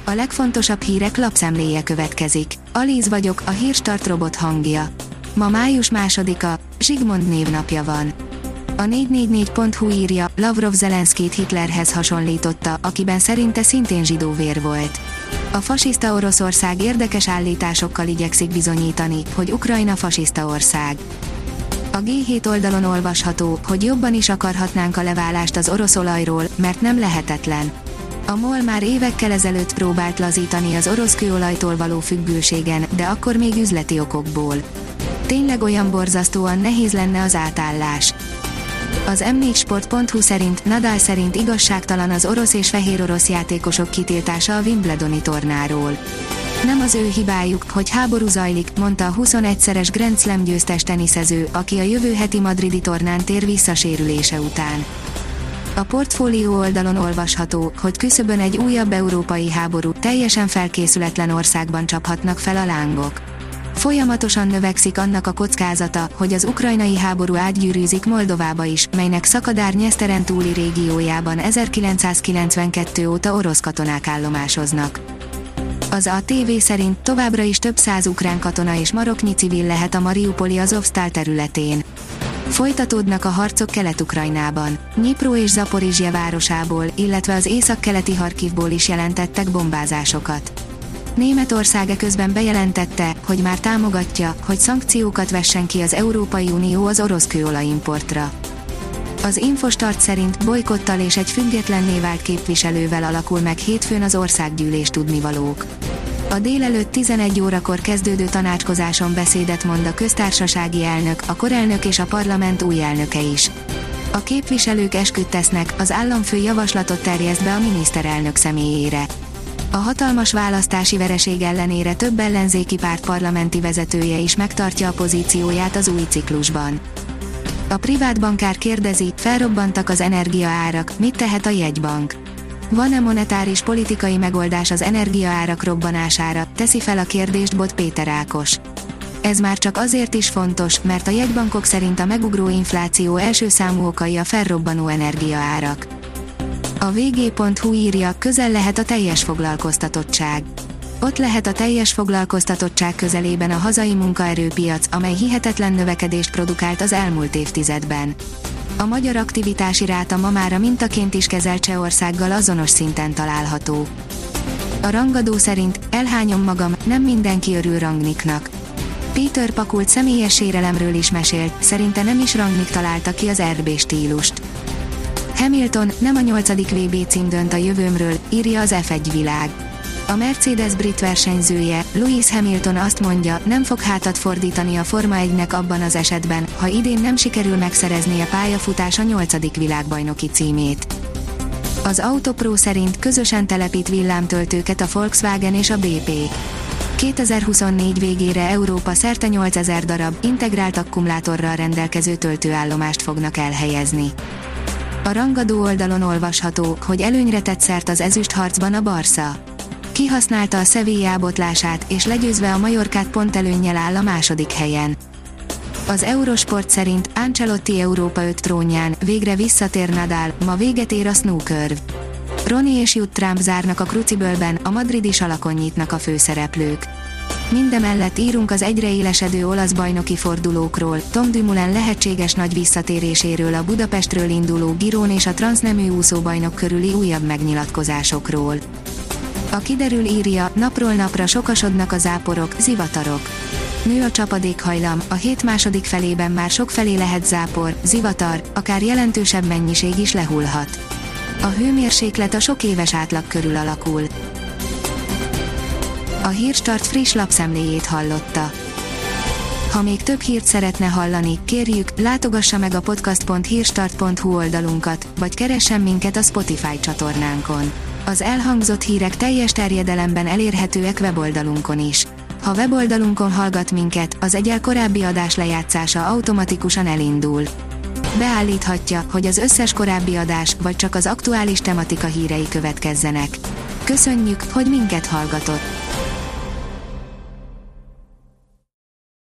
A legfontosabb hírek lapszemléje következik. Alíz vagyok, a Hírstart robot hangja. Ma május 2-a, Zsigmond névnapja van. A 444.hu írja, Lavrov Zelenszkijt Hitlerhez hasonlította, akiben szerinte szintén zsidó vér volt. A fasiszta Oroszország érdekes állításokkal igyekszik bizonyítani, hogy Ukrajna fasiszta ország. A G7 oldalon olvasható, hogy jobban is akarhatnánk a leválást az orosz olajról, mert nem lehetetlen. A MOL már évekkel ezelőtt próbált lazítani az orosz kőolajtól való függőségen, de akkor még üzleti okokból. Tényleg olyan borzasztóan nehéz lenne az átállás. Az m4sport.hu szerint Nadal szerint igazságtalan az orosz és fehér orosz játékosok kitiltása a Wimbledoni tornáról. Nem az ő hibájuk, hogy háború zajlik, mondta a 21-szeres Grand Slam győztes teniszező, aki a jövő heti madridi tornán tér vissza sérülése után. A Portfólió oldalon olvasható, hogy küszöbön egy újabb európai háború, teljesen felkészületlen országban csaphatnak fel a lángok. Folyamatosan növekszik annak a kockázata, hogy az ukrajnai háború átgyűrűzik Moldovába is, melynek Szakadár Nyeszteren túli régiójában 1992 óta orosz katonák állomásoznak. Az ATV szerint továbbra is több száz ukrán katona és maroknyi civil lehet a mariupoli Azovsztál területén. Folytatódnak a harcok Kelet-Ukrajnában. Dnyipro és Zaporizsje városából, illetve az északkeleti Harkivból is jelentettek bombázásokat. Németország eközben bejelentette, hogy már támogatja, hogy szankciókat vessen ki az Európai Unió az orosz kőolajimportra. Az Infostart szerint bojkottal és egy függetlenné vált képviselővel alakul meg hétfőn az országgyűlés tudnivalók. A délelőtt 11 órakor kezdődő tanácskozáson beszédet mond a köztársasági elnök, a korelnök és a parlament új elnöke is. A képviselők esküt tesznek, az államfő javaslatot terjeszt be a miniszterelnök személyére. A hatalmas választási vereség ellenére több ellenzéki párt parlamenti vezetője is megtartja a pozícióját az új ciklusban. A privát bankár kérdezi, felrobbantak az energiaárak, mit tehet a jegybank? Van-e monetáris politikai megoldás az energiaárak robbanására, teszi fel a kérdést Bot Péter Ákos. Ez már csak azért is fontos, mert a jegybankok szerint a megugró infláció első számú okai a felrobbanó energiaárak. A vg.hu írja, közel lehet a teljes foglalkoztatottság. Ott lehet a teljes foglalkoztatottság közelében a hazai munkaerőpiac, amely hihetetlen növekedést produkált az elmúlt évtizedben. A magyar aktivitási ráta ma már a mintaként is kezelt Csehországgal azonos szinten található. A rangadó szerint, elhányom magam, nem mindenki örül Rangnicknak. Peter Pakult személyes sérelemről is mesélt, szerinte nem is Rangnick találta ki az RB stílust. Hamilton, nem a 8. VB cím dönt a jövőmről, írja az F1 világ. A Mercedes brit versenyzője, Lewis Hamilton azt mondja, nem fog hátat fordítani a Forma 1-nek abban az esetben, ha idén nem sikerül megszerezni a pályafutása 8. világbajnoki címét. Az Autopro szerint közösen telepít villámtöltőket a Volkswagen és a BP. 2024 végére Európa szerte 8000 darab, integrált akkumulátorral rendelkező töltőállomást fognak elhelyezni. A rangadó oldalon olvasható, hogy előnyre tett szert az ezüstharcban a Barca. Kihasználta a Sevilla botlását, és legyőzve a Mallorcát pontelőnnyel áll a második helyen. Az Eurosport szerint Ancelotti Európa 5 trónján, végre visszatér Nadal, ma véget ér a snooker. Roni és Judd Trump zárnak a krucibölben, a madridi salakon nyitnak a főszereplők. Mindemellett írunk az egyre élesedő olasz bajnoki fordulókról, Tom Dumoulin lehetséges nagy visszatéréséről, a Budapestről induló Girón és a transznemű úszóbajnok körüli újabb megnyilatkozásokról. A kiderül írja, napról napra sokasodnak a záporok, zivatarok. Nő a csapadékhajlam, a hét második felében már sokfelé lehet zápor, zivatar, akár jelentősebb mennyiség is lehullhat. A hőmérséklet a sok éves átlag körül alakul. A Hírstart friss lapszemléjét hallotta. Ha még több hírt szeretne hallani, kérjük, látogassa meg a podcast.hírstart.hu oldalunkat, vagy keressen minket a Spotify csatornánkon. Az elhangzott hírek teljes terjedelemben elérhetőek weboldalunkon is. Ha weboldalunkon hallgat minket, az egyel korábbi adás lejátszása automatikusan elindul. Beállíthatja, hogy az összes korábbi adás, vagy csak az aktuális tematika hírei következzenek. Köszönjük, hogy minket hallgatott!